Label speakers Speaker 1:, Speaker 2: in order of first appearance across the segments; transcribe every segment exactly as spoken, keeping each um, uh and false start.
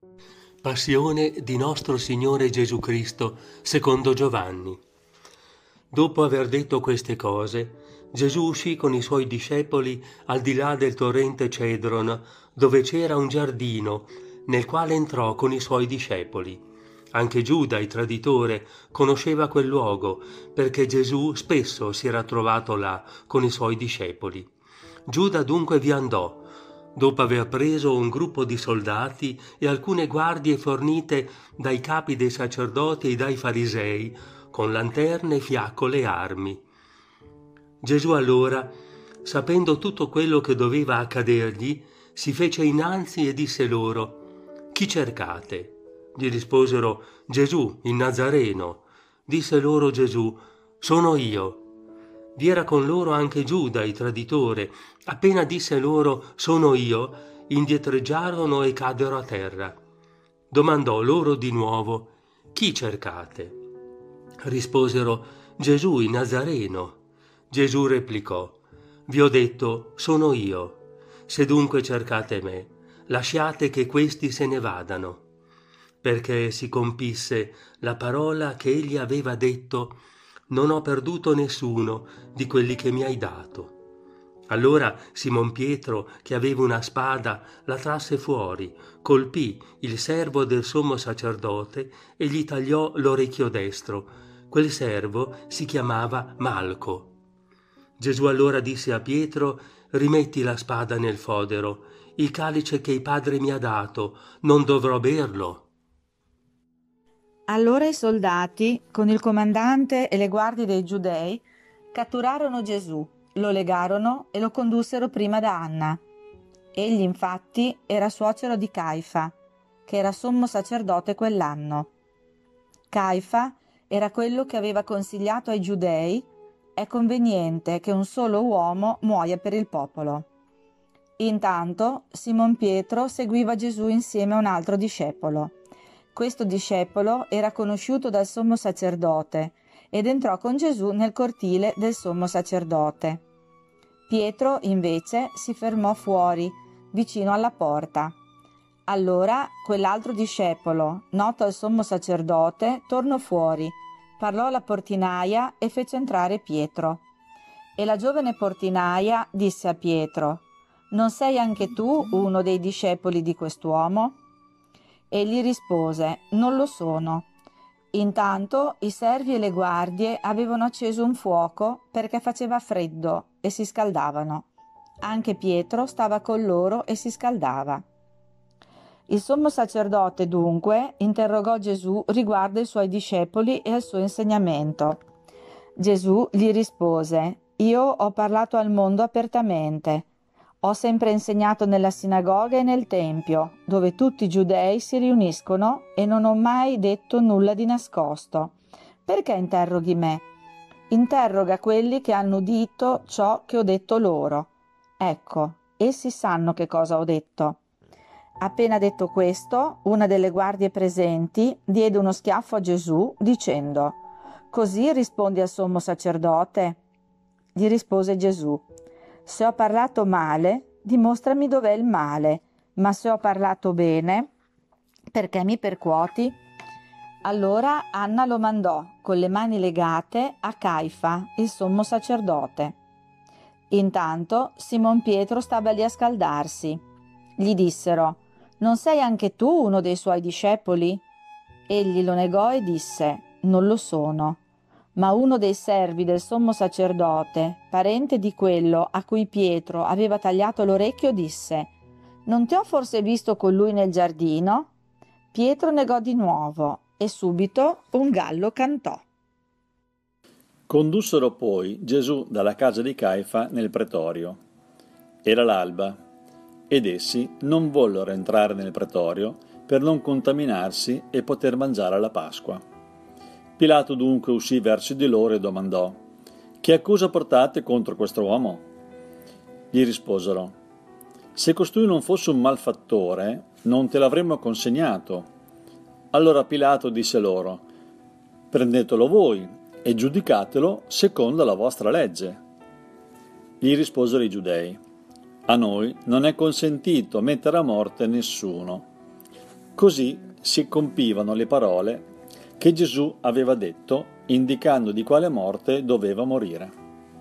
Speaker 1: Passione di nostro Signore Gesù Cristo secondo Giovanni. Dopo aver detto queste cose, Gesù uscì con i suoi discepoli al di là del torrente Cedron, dove c'era un giardino, nel quale entrò con i suoi discepoli. Anche Giuda, il traditore, conosceva quel luogo, perché Gesù spesso si era trovato là con i suoi discepoli. Giuda dunque vi andò, dopo aver preso un gruppo di soldati e alcune guardie fornite dai capi dei sacerdoti e dai farisei, con lanterne, fiaccole e armi. Gesù allora, sapendo tutto quello che doveva accadergli, si fece innanzi e disse loro: «Chi cercate?» Gli risposero: «Gesù, il Nazareno». Disse loro Gesù: «Sono io». Vi era con loro anche Giuda, il traditore. Appena disse loro: «Sono io», indietreggiarono e caddero a terra. Domandò loro di nuovo: «Chi cercate?» Risposero: «Gesù, il Nazareno». Gesù replicò: «Vi ho detto, sono io. Se dunque cercate me, lasciate che questi se ne vadano». Perché si compisse la parola che egli aveva detto: «Non ho perduto nessuno di quelli che mi hai dato». Allora Simon Pietro, che aveva una spada, la trasse fuori, colpì il servo del sommo sacerdote e gli tagliò l'orecchio destro. Quel servo si chiamava Malco. Gesù allora disse a Pietro: «Rimetti la spada nel fodero. Il calice che il Padre mi ha dato, non dovrò berlo?»
Speaker 2: Allora i soldati, con il comandante e le guardie dei Giudei, catturarono Gesù, lo legarono e lo condussero prima da Anna. Egli infatti era suocero di Caifa, che era sommo sacerdote quell'anno. Caifa era quello che aveva consigliato ai Giudei: è conveniente che un solo uomo muoia per il popolo. Intanto Simon Pietro seguiva Gesù insieme a un altro discepolo. Questo discepolo era conosciuto dal sommo sacerdote ed entrò con Gesù nel cortile del sommo sacerdote. Pietro, invece, si fermò fuori, vicino alla porta. Allora quell'altro discepolo, noto al sommo sacerdote, tornò fuori, parlò alla portinaia e fece entrare Pietro. E la giovane portinaia disse a Pietro: «Non sei anche tu uno dei discepoli di quest'uomo?» Egli rispose: «Non lo sono». Intanto i servi e le guardie avevano acceso un fuoco perché faceva freddo e si scaldavano. Anche Pietro stava con loro e si scaldava. Il sommo sacerdote dunque interrogò Gesù riguardo ai suoi discepoli e al suo insegnamento. Gesù gli rispose: «Io ho parlato al mondo apertamente. Ho sempre insegnato nella sinagoga e nel tempio, dove tutti i giudei si riuniscono, e non ho mai detto nulla di nascosto. Perché interroghi me? Interroga quelli che hanno udito ciò che ho detto loro. Ecco, essi sanno che cosa ho detto». Appena detto questo, una delle guardie presenti diede uno schiaffo a Gesù, dicendo: «Così rispondi al sommo sacerdote?» Gli rispose Gesù: «Se ho parlato male, dimostrami dov'è il male, ma se ho parlato bene, perché mi percuoti?» Allora Anna lo mandò, con le mani legate, a Caifa, il sommo sacerdote. Intanto Simon Pietro stava lì a scaldarsi. Gli dissero: «Non sei anche tu uno dei suoi discepoli?» Egli lo negò e disse: «Non lo sono». Ma uno dei servi del sommo sacerdote, parente di quello a cui Pietro aveva tagliato l'orecchio, disse: «Non ti ho forse visto con lui nel giardino?» Pietro negò di nuovo e subito un gallo cantò.
Speaker 3: Condussero poi Gesù dalla casa di Caifa nel pretorio. Era l'alba, ed essi non vollero entrare nel pretorio per non contaminarsi e poter mangiare la Pasqua. Pilato dunque uscì verso di loro e domandò: «Che accusa portate contro quest'uomo?» Gli risposero: «Se costui non fosse un malfattore, non te l'avremmo consegnato». Allora Pilato disse loro: «Prendetelo voi e giudicatelo secondo la vostra legge». Gli risposero i giudei: «A noi non è consentito mettere a morte nessuno, Così si compivano le parole che Gesù aveva detto, indicando di quale morte doveva morire.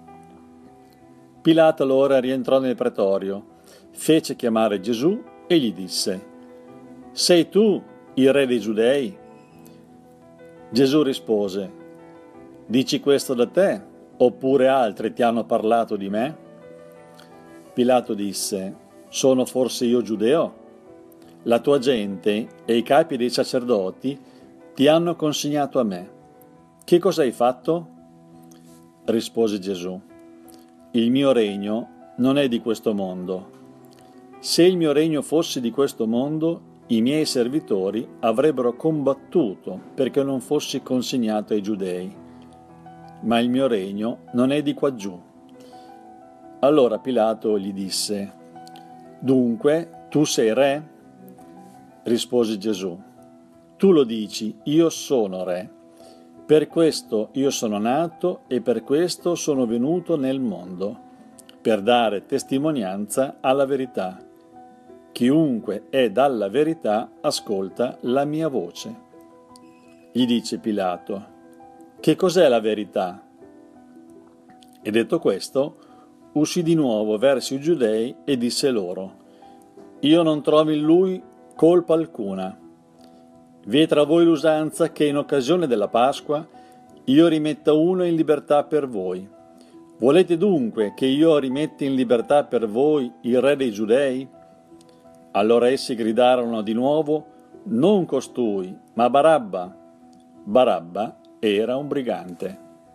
Speaker 3: Pilato allora rientrò nel pretorio, fece chiamare Gesù e gli disse: «Sei tu il re dei Giudei?» Gesù rispose: «Dici questo da te, oppure altri ti hanno parlato di me?» Pilato disse: «Sono forse io giudeo? La tua gente e i capi dei sacerdoti ti hanno consegnato a me. Che cosa hai fatto?» Rispose Gesù: «Il mio regno non è di questo mondo. Se il mio regno fosse di questo mondo, i miei servitori avrebbero combattuto perché non fossi consegnato ai giudei. Ma il mio regno non è di quaggiù». Allora Pilato gli disse: «Dunque tu sei re?» Rispose Gesù: «Tu lo dici, io sono re. Per questo io sono nato e per questo sono venuto nel mondo, per dare testimonianza alla verità. Chiunque è dalla verità ascolta la mia voce». Gli dice Pilato: «Che cos'è la verità?» E detto questo, uscì di nuovo verso i giudei e disse loro: «Io non trovo in lui colpa alcuna. Vi è tra voi l'usanza che in occasione della Pasqua io rimetta uno in libertà per voi. Volete dunque che io rimetta in libertà per voi il re dei Giudei?» Allora essi gridarono di nuovo: «Non costui, ma Barabba». Barabba era un brigante.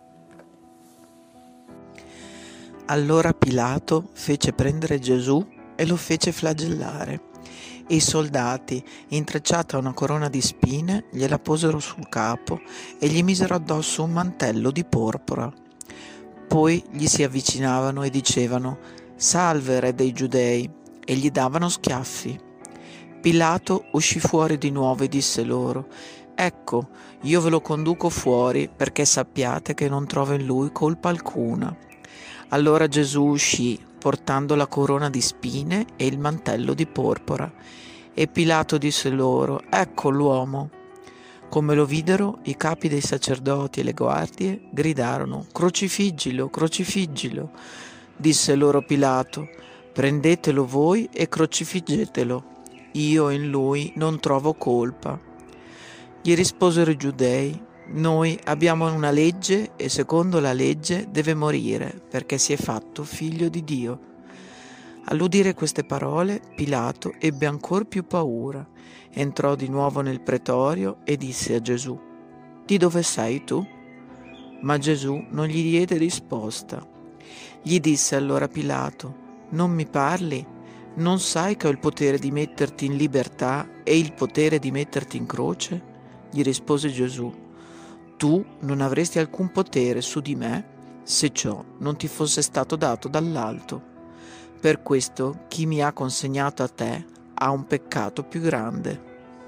Speaker 4: Allora Pilato fece prendere Gesù e lo fece flagellare. E i soldati, intrecciata una corona di spine, gliela posero sul capo e gli misero addosso un mantello di porpora. Poi gli si avvicinavano e dicevano: «Salve, re dei Giudei!» e gli davano schiaffi. Pilato uscì fuori di nuovo e disse loro: «Ecco, io ve lo conduco fuori perché sappiate che non trovo in lui colpa alcuna». Allora Gesù uscì, portando la corona di spine e il mantello di porpora. E Pilato disse loro: «Ecco l'uomo». Come lo videro, i capi dei sacerdoti e le guardie gridarono: «Crocifiggilo, crocifiggilo!» Disse loro Pilato: «Prendetelo voi e crocifiggetelo. Io in lui non trovo colpa». Gli risposero i giudei: «Noi abbiamo una legge e secondo la legge deve morire perché si è fatto figlio di Dio». All'udire queste parole Pilato ebbe ancor più paura, entrò di nuovo nel pretorio e disse a Gesù: «Di dove sei tu?» Ma Gesù non gli diede risposta. Gli disse allora Pilato: «Non mi parli? Non sai che ho il potere di metterti in libertà e il potere di metterti in croce?» Gli rispose Gesù: «Tu non avresti alcun potere su di me se ciò non ti fosse stato dato dall'alto. Per questo chi mi ha consegnato a te ha un peccato più grande».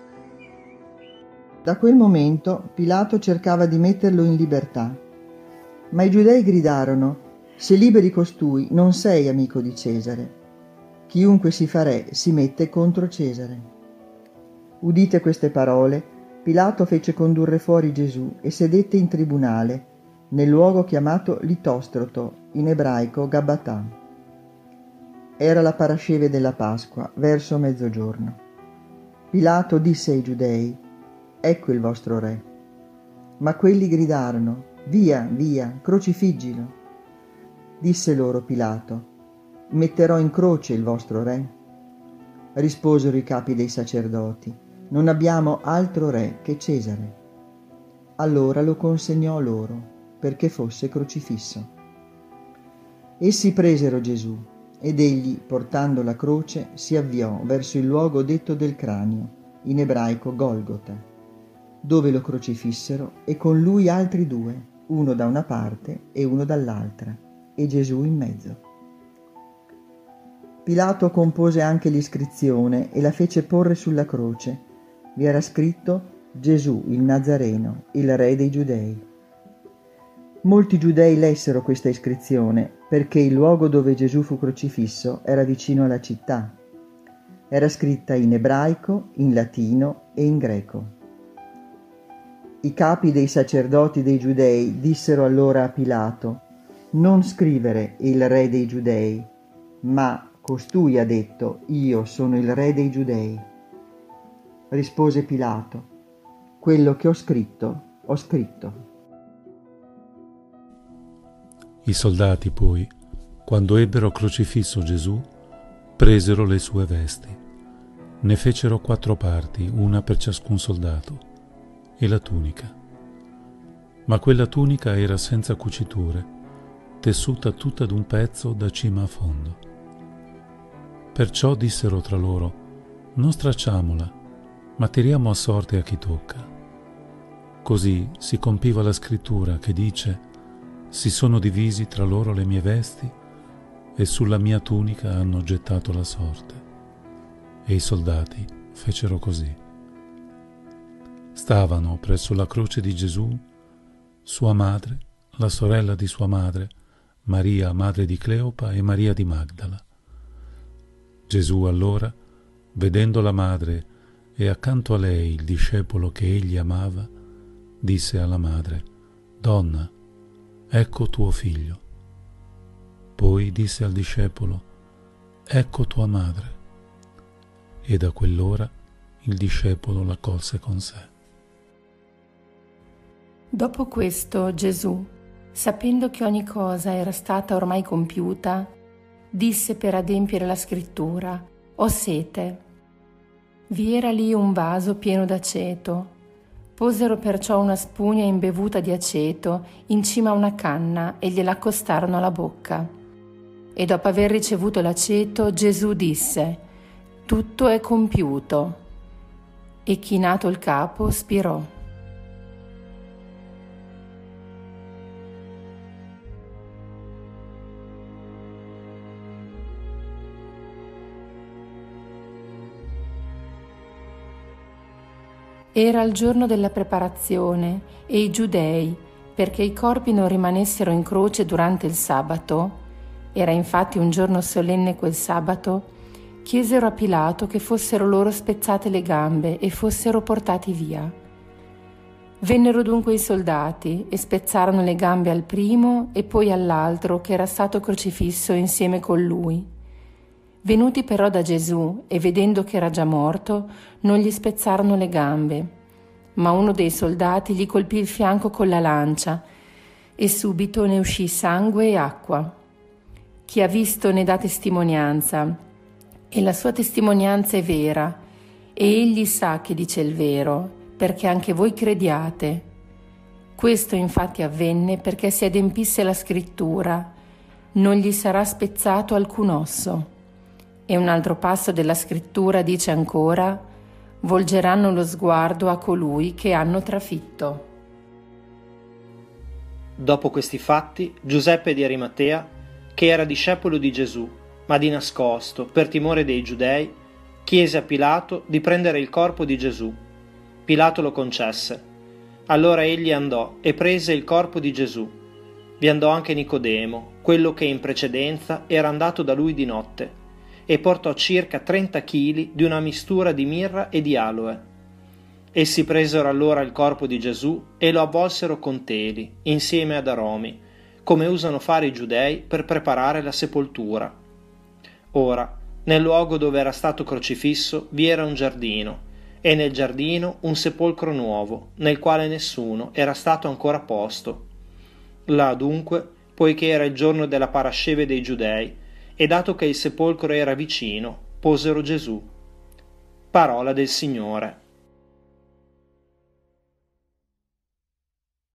Speaker 5: Da quel momento Pilato cercava di metterlo in libertà, ma i giudei gridarono: «Se liberi costui, non sei amico di Cesare. Chiunque si fa re si mette contro Cesare». Udite queste parole, Pilato fece condurre fuori Gesù e sedette in tribunale, nel luogo chiamato Litostroto, in ebraico Gabbatà. Era la parasceve della Pasqua, verso mezzogiorno. Pilato disse ai giudei: «Ecco il vostro re». Ma quelli gridarono: «Via, via, crocifiggilo». Disse loro Pilato: «Metterò in croce il vostro re?» Risposero i capi dei sacerdoti: «Non abbiamo altro re che Cesare». Allora lo consegnò loro, perché fosse crocifisso. Essi presero Gesù, ed egli, portando la croce, si avviò verso il luogo detto del cranio, in ebraico Golgota, dove lo crocifissero e con lui altri due, uno da una parte e uno dall'altra, e Gesù in mezzo. Pilato compose anche l'iscrizione e la fece porre sulla croce. Vi era scritto: Gesù il Nazareno, il re dei Giudei. Molti giudei lessero questa iscrizione perché il luogo dove Gesù fu crocifisso era vicino alla città. Era scritta in ebraico, in latino e in greco. I capi dei sacerdoti dei Giudei dissero allora a Pilato: non scrivere il re dei Giudei, ma costui ha detto: io sono il re dei Giudei. Rispose Pilato: quello che ho scritto, ho scritto.
Speaker 6: I soldati poi, quando ebbero crocifisso Gesù, presero le sue vesti, ne fecero quattro parti, una per ciascun soldato, e la tunica. Ma quella tunica era senza cuciture, tessuta tutta d'un pezzo da cima a fondo. Perciò dissero tra loro: non stracciamola, ma tiriamo a sorte a chi tocca. Così si compiva la scrittura che dice: si sono divisi tra loro le mie vesti e sulla mia tunica hanno gettato la sorte. E i soldati fecero così. Stavano presso la croce di Gesù sua madre, la sorella di sua madre, Maria, madre di Cleopa, e Maria di Magdala. Gesù allora, vedendo la madre e accanto a lei il discepolo che egli amava, disse alla madre: donna, ecco tuo figlio. Poi disse al discepolo: ecco tua madre. E da quell'ora il discepolo la colse con sé.
Speaker 7: Dopo questo Gesù, sapendo che ogni cosa era stata ormai compiuta, disse per adempiere la scrittura: ho sete. Vi era lì un vaso pieno d'aceto. Posero perciò una spugna imbevuta di aceto in cima a una canna e gliela accostarono alla bocca. E dopo aver ricevuto l'aceto, Gesù disse: tutto è compiuto. E chinato il capo, spirò. Era il giorno della preparazione e i giudei, perché i corpi non rimanessero in croce durante il sabato, era infatti un giorno solenne quel sabato, chiesero a Pilato che fossero loro spezzate le gambe e fossero portati via. Vennero dunque i soldati e spezzarono le gambe al primo e poi all'altro che era stato crocifisso insieme con lui. Venuti però da Gesù e vedendo che era già morto, non gli spezzarono le gambe, ma uno dei soldati gli colpì il fianco con la lancia e subito ne uscì sangue e acqua. Chi ha visto ne dà testimonianza, e la sua testimonianza è vera, e egli sa che dice il vero, perché anche voi crediate. Questo infatti avvenne perché si adempisse la scrittura: non gli sarà spezzato alcun osso. E un altro passo della scrittura dice ancora: volgeranno lo sguardo a colui che hanno trafitto.
Speaker 8: Dopo questi fatti, Giuseppe di Arimatea, che era discepolo di Gesù, ma di nascosto, per timore dei giudei, chiese a Pilato di prendere il corpo di Gesù. Pilato lo concesse. Allora egli andò e prese il corpo di Gesù. Vi andò anche Nicodemo, quello che in precedenza era andato da lui di notte, e portò circa trenta chili di una mistura di mirra e di aloe. Essi presero allora il corpo di Gesù e lo avvolsero con teli, insieme ad aromi, come usano fare i giudei per preparare la sepoltura. Ora, nel luogo dove era stato crocifisso vi era un giardino, e nel giardino un sepolcro nuovo, nel quale nessuno era stato ancora posto. Là dunque, poiché era il giorno della parasceve dei giudei, e dato che il sepolcro era vicino, posero Gesù. Parola del Signore.